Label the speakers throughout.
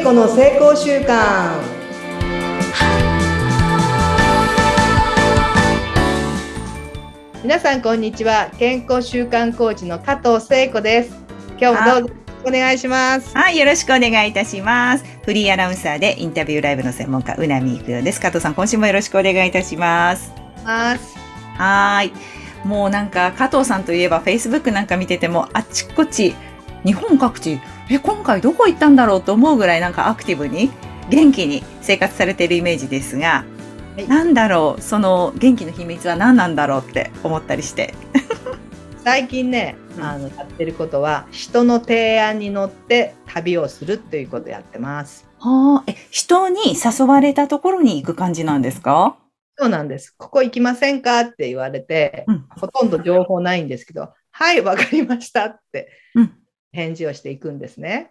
Speaker 1: 子の成功習慣。皆さんこんにちは。健康習慣コーチの加藤聖子です。今日もどうぞお願いします。
Speaker 2: はい、よろしくお願いいたします。フリーアナウンサーでインタビューライブの専門家、うなみいくよです。加藤さん、今週もよろしくお願いいたします。はい。もうなんか、加藤さんといえば、Facebook なんか見てても、あっちこち、日本各地、今回どこ行ったんだろうと思うぐらいなんかアクティブに、元気に生活されているイメージですが、なんだろう、その元気の秘密は何なんだろうって思ったりして。
Speaker 1: 最近ね、やってることは、人の提案に乗って旅をするということをやってます。
Speaker 2: 人に誘われたところに行く感じなんですか？
Speaker 1: そうなんです。ここ行きませんかって言われて、ほとんど情報ないんですけど、はい、わかりましたって返事をしていくんですね。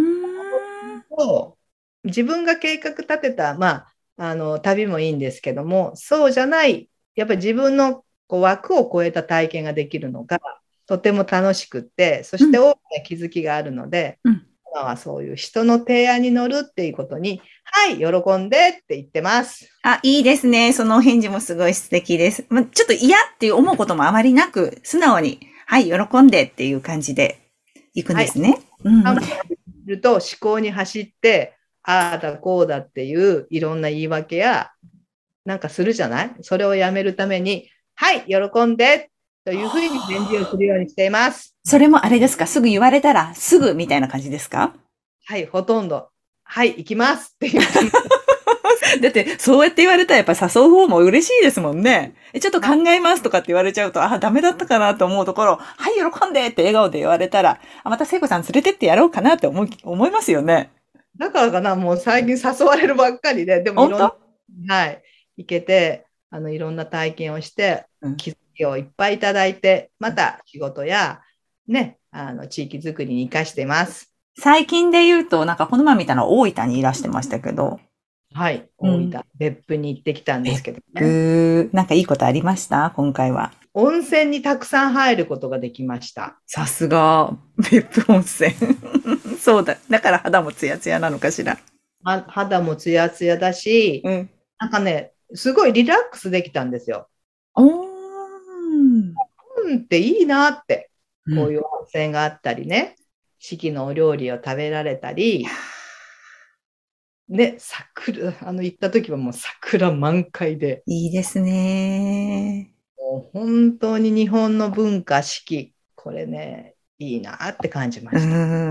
Speaker 1: 自分が計画立てた、旅もいいんですけども、そうじゃない、やっぱり自分の枠を超えた体験ができるのがとても楽しくって、そして大きな気づきがあるので、今はそういう人の提案に乗るっていうことに、はい、喜んでって言ってます。
Speaker 2: いいですね。そのお返事もすごい素敵です。ちょっと嫌って思うこともあまりなく、素直に、はい、喜んでっていう感じで行くんですね。
Speaker 1: すると思考に走って、ああだこうだっていういろんな言い訳や、なんかするじゃない？それをやめるために、はい、喜んでというふうに返事をするようにしています。
Speaker 2: それもあれですか？すぐ言われたらすぐみたいな感じですか？
Speaker 1: はい、ほとんど。はい、行きますっていう感じ。
Speaker 2: だって、そうやって言われたらやっぱ誘う方も嬉しいですもんね。ちょっと考えますとかって言われちゃうと、ダメだったかなと思うところ、はい、喜んでって笑顔で言われたら、また聖子さん連れてってやろうかなって思いますよね。
Speaker 1: だからかな、もう最近誘われるばっかりで、でもいろんな、はい、行けて、いろんな体験をして、気づきをいっぱいいただいて、また仕事や、ね、地域づくりに活かしています。
Speaker 2: 最近で言うと、なんかこの前見たのは大分にいらしてましたけど。
Speaker 1: はい、大分、別府に行ってきたんですけど
Speaker 2: ね。なんかいいことありました今回は。
Speaker 1: 温泉にたくさん入ることができました。
Speaker 2: さすが、別府温泉。そうだ。だから肌もツヤツヤなのかしら。
Speaker 1: 肌もツヤツヤだし、なんかね、すごいリラックスできたんですよ。っていいなって。こういう温泉があったりね、四季のお料理を食べられたり、ね、行った時はもう桜満開で。
Speaker 2: いいですね。
Speaker 1: もう本当に日本の文化、四季、これね、いいなって感じました。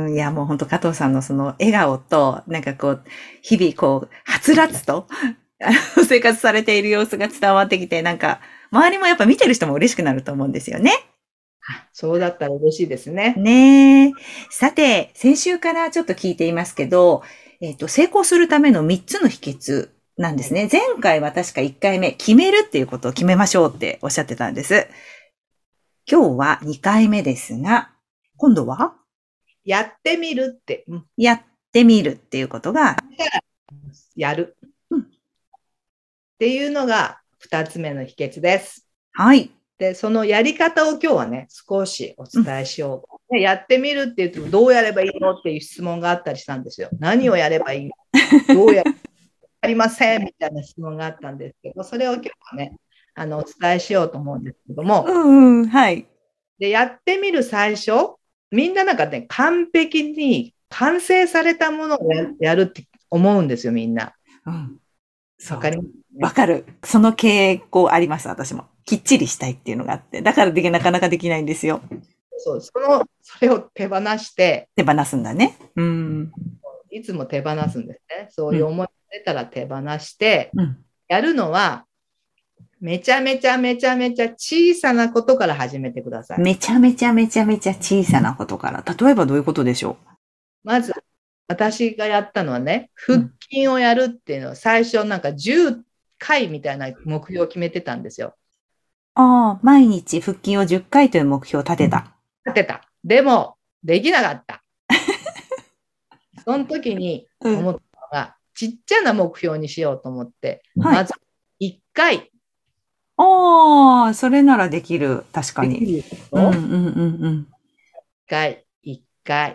Speaker 2: いや、もう本当加藤さんのその笑顔と、なんかこう、日々こう、はつらつと生活されている様子が伝わってきて、なんか、周りもやっぱ見てる人も嬉しくなると思うんですよね。
Speaker 1: そうだったら嬉しいですね。
Speaker 2: ねえ。さて、先週からちょっと聞いていますけど、成功するための3つの秘訣なんですね。前回は確か1回目、決めるっていうことを決めましょうっておっしゃってたんです。今日は2回目ですが、今度は
Speaker 1: やってみるって。
Speaker 2: やってみるっていうことが、
Speaker 1: やる。っていうのが2つ目の秘訣です。
Speaker 2: はい。
Speaker 1: で、そのやり方を今日はね、少しお伝えしよう。やってみるって言っても、どうやればいいのっていう質問があったりしたんですよ。何をやればいいの？どうやればありませんみたいな質問があったんですけど、それを今日はね、お伝えしようと思うんですけども、
Speaker 2: はい。
Speaker 1: で、やってみる最初、みんななんかね、完璧に完成されたものをやるって思うんですよ、みんな。わかりますね。
Speaker 2: わかる。その傾向あります、私も。きっちりしたいっていうのがあって。だからなかなかできないんですよ。
Speaker 1: それを手放して、
Speaker 2: 手放すんだね。
Speaker 1: いつも手放すんですね。そういう思いが出たら手放して、やるのは、めちゃめちゃめちゃめちゃ小さなことから始めてください。
Speaker 2: めちゃめちゃめちゃめちゃ小さなことから。例えばどういうことでしょう？
Speaker 1: まず、私がやったのはね、腹筋をやるっていうのは、最初なんか10回みたいな目標を決めてたんですよ。
Speaker 2: 毎日腹筋を10回という目標を立てた。
Speaker 1: でも、できなかった。その時に思ったのが、ちっちゃな目標にしようと思って、まず1回。
Speaker 2: それならできる。確かに。
Speaker 1: 1回、1回、1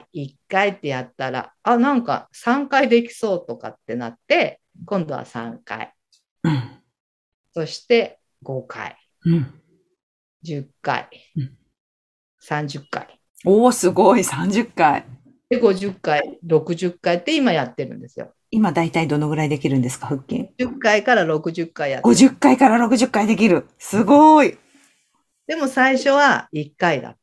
Speaker 1: 回ってやったら、なんか3回できそうとかってなって、今度は3回。
Speaker 2: うん。
Speaker 1: そして5回。
Speaker 2: うん。
Speaker 1: 10回。
Speaker 2: うん。
Speaker 1: 30回。
Speaker 2: おー、すごい。30回。
Speaker 1: で、50回、60回って今やってるんですよ。
Speaker 2: 今だいたいどのぐらいできるんですか、腹筋。
Speaker 1: 10回から60回やってる。
Speaker 2: 50回から60回できる。すごい。
Speaker 1: でも最初は1回だった。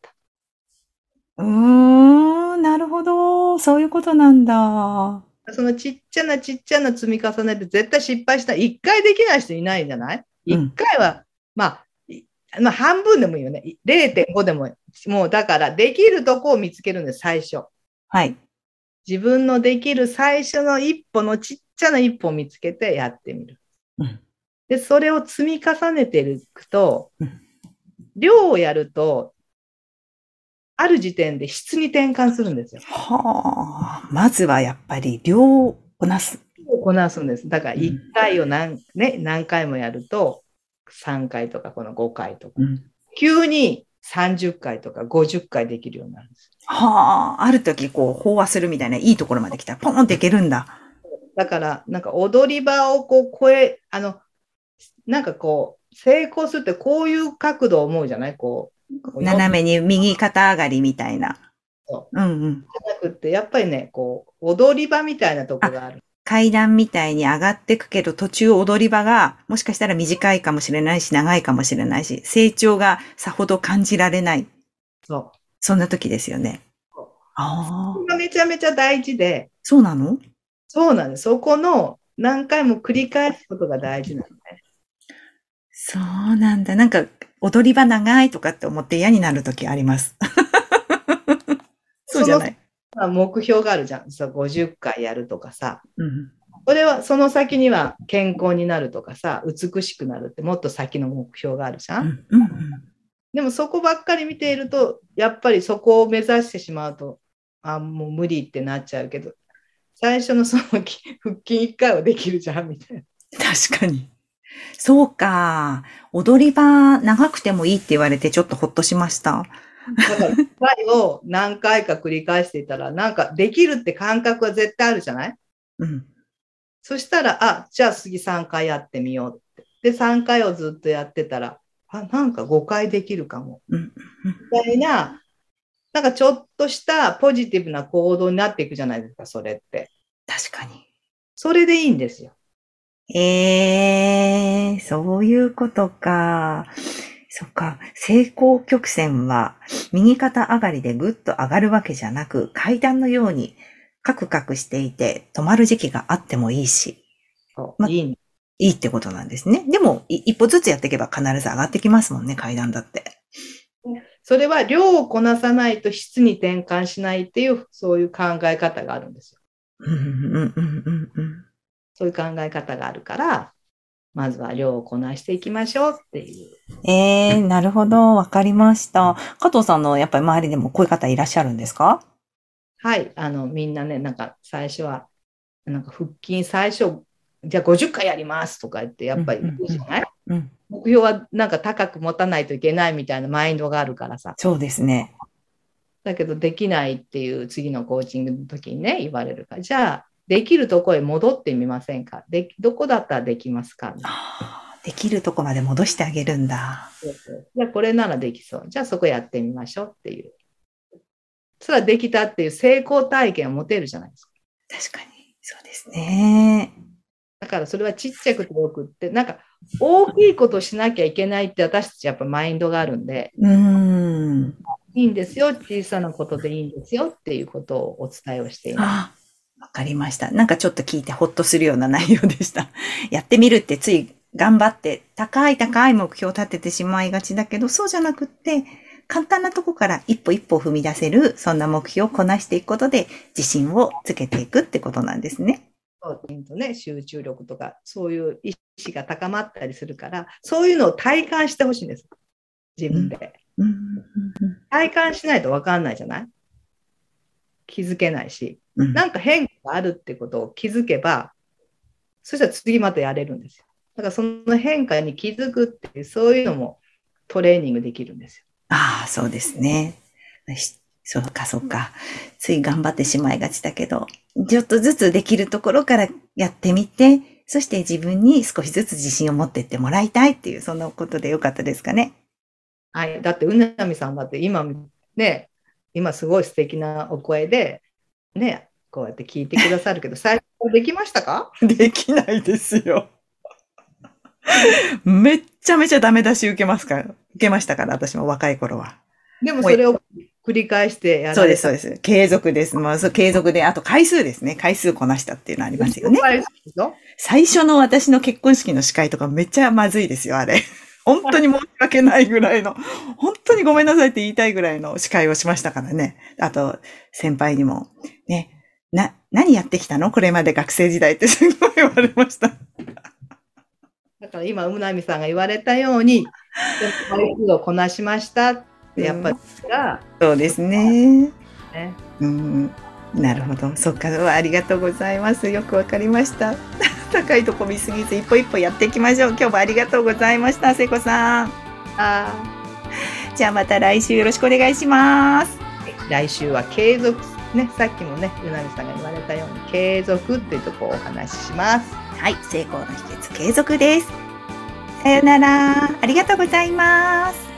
Speaker 2: なるほど。そういうことなんだ。
Speaker 1: そのちっちゃなちっちゃな積み重ねで絶対失敗した。1回できない人いないんじゃない？ 1 回は、まあ半分でもいいよね。0.5 でもいい。もうだからできるとこを見つけるんです、最初。
Speaker 2: はい。
Speaker 1: 自分のできる最初の一歩のちっちゃな一歩を見つけてやってみる。
Speaker 2: うん。
Speaker 1: で、それを積み重ねていくと、
Speaker 2: うん。
Speaker 1: 量をやると、ある時点で質に転換するんですよ。
Speaker 2: はあ。まずはやっぱり量をこなす。
Speaker 1: こなすんです。だから1回を何回もやると、3回とかこの5回とか、急に30回とか50回できるようになるんです。
Speaker 2: はあ。ある時こう、飽和するみたいないいところまで来たら、ポンっていけるんだ。
Speaker 1: だから、なんか踊り場をこうなんかこう、成功するってこういう角度を思うじゃない？こう。
Speaker 2: 斜めに右肩上がりみたいな。
Speaker 1: そう
Speaker 2: うんうん。
Speaker 1: じゃなくって、やっぱりね、こう、踊り場みたいなとこがある。
Speaker 2: 階段みたいに上がってくけど、途中踊り場が、もしかしたら短いかもしれないし、長いかもしれないし、成長がさほど感じられない。
Speaker 1: そう。
Speaker 2: そんな時ですよね。
Speaker 1: ああ。めちゃめちゃ大事で。
Speaker 2: そうなの？
Speaker 1: そうなんです。そこの何回も繰り返すことが大事なのね。
Speaker 2: そうなんだ。なんか、踊り場長いとかって思って嫌になる時あります。そうじゃない。
Speaker 1: 目標があるじゃん。50回やるとかさ。
Speaker 2: うん。
Speaker 1: これは、その先には健康になるとかさ、美しくなるってもっと先の目標があるじゃん。
Speaker 2: うんうんうん、
Speaker 1: でもそこばっかり見ていると、やっぱりそこを目指してしまうと、もう無理ってなっちゃうけど、最初のその腹筋1回はできるじゃんみたいな。
Speaker 2: 確かに。そうか。踊り場長くてもいいって言われてちょっとほっとしました。
Speaker 1: だから、回を何回か繰り返していたら、なんかできるって感覚は絶対あるじゃない？
Speaker 2: うん。そ
Speaker 1: したら、じゃあ次3回やってみようって。で、3回をずっとやってたら、なんか5回できるかも。みたいな、なんかちょっとしたポジティブな行動になっていくじゃないですか、それって。
Speaker 2: 確かに。
Speaker 1: それでいいんですよ。
Speaker 2: そういうことか。そっか。成功曲線は右肩上がりでぐっと上がるわけじゃなく、階段のようにカクカクしていて止まる時期があってもいいし。いいってことなんですね。でも、一歩ずつやっていけば必ず上がってきますもんね、階段だって。
Speaker 1: それは量をこなさないと質に転換しないっていう、そういう考え方があるんですよ。そういう考え方があるから、まずは量をこなしていきましょうっていう。
Speaker 2: なるほど。わかりました。加藤さんのやっぱり周りでもこういう方いらっしゃるんですか？
Speaker 1: はい。みんなね、なんか最初は、なんか腹筋最初、じゃあ50回やりますとか言って、やっぱりいいじゃない？目標はなんか高く持たないといけないみたいなマインドがあるからさ。
Speaker 2: そうですね。
Speaker 1: だけどできないっていう次のコーチングの時にね、言われるから、じゃあ、できるとこへ戻ってみませんか？どこだったらできますか？
Speaker 2: できるとこまで戻してあげるんだ。
Speaker 1: じゃあこれならできそう。じゃあそこやってみましょうっていう。それはできたっていう成功体験を持てるじゃないですか。
Speaker 2: 確かに。そうですね。
Speaker 1: だからそれはちっちゃくてよくって、なんか大きいことしなきゃいけないって私たちやっぱマインドがあるんで、いいんですよ。小さなことでいいんですよっていうことをお伝えをしています。
Speaker 2: わかりました。なんかちょっと聞いてほっとするような内容でした。やってみるってつい頑張って高い目標を立ててしまいがちだけど、そうじゃなくって、簡単なとこから一歩一歩踏み出せる、そんな目標をこなしていくことで自信をつけていくってことなんですね。
Speaker 1: そうね、集中力とか、そういう意志が高まったりするから、そういうのを体感してほしいんです。自分で。体感しないと分かんないじゃない？気づけないし、なんか変化があるってことを気づけば、そしたら次またやれるんですよ。だからその変化に気づくっていう、そういうのもトレーニングできるんですよ。
Speaker 2: そうですね。 そうか、そうか。つい頑張ってしまいがちだけど、ちょっとずつできるところからやってみて、そして自分に少しずつ自信を持っていってもらいたいっていう、そんなことでよかったですかね。
Speaker 1: はい。だって、うなみさんだって今、ね、今すごい素敵なお声で、ね、こうやって聞いてくださるけど、最初できましたか？
Speaker 2: できないですよ。めっちゃめちゃダメ出し受けましたから、私も若い頃は。
Speaker 1: でもそれを繰り返してや
Speaker 2: そうです、
Speaker 1: られた。
Speaker 2: そうです。継続です。まあ、継続で、あと回数ですね。回数こなしたっていうのありますよね。最初の私の結婚式の司会とかめっちゃまずいですよ、あれ。本当に申し訳ないぐらいの、本当にごめんなさいって言いたいぐらいの司会をしましたからね。あと、先輩にも、ね、何やってきたのこれまで学生時代ってすごい言われました。
Speaker 1: だから今、うなみさんが言われたように、回数をこなしましたって、やっぱり
Speaker 2: そうですね。なるほど。そっか。ありがとうございます。よくわかりました。高いとこ見すぎず、一歩一歩やっていきましょう。今日もありがとうございました、聖子さん。じゃあまた来週よろしくお願いします。
Speaker 1: 来週は継続ね、さっきもね、うなみさんが言われたように継続っていうところをお話しします。
Speaker 2: はい、成功の秘訣継続です。さよなら。ありがとうございます。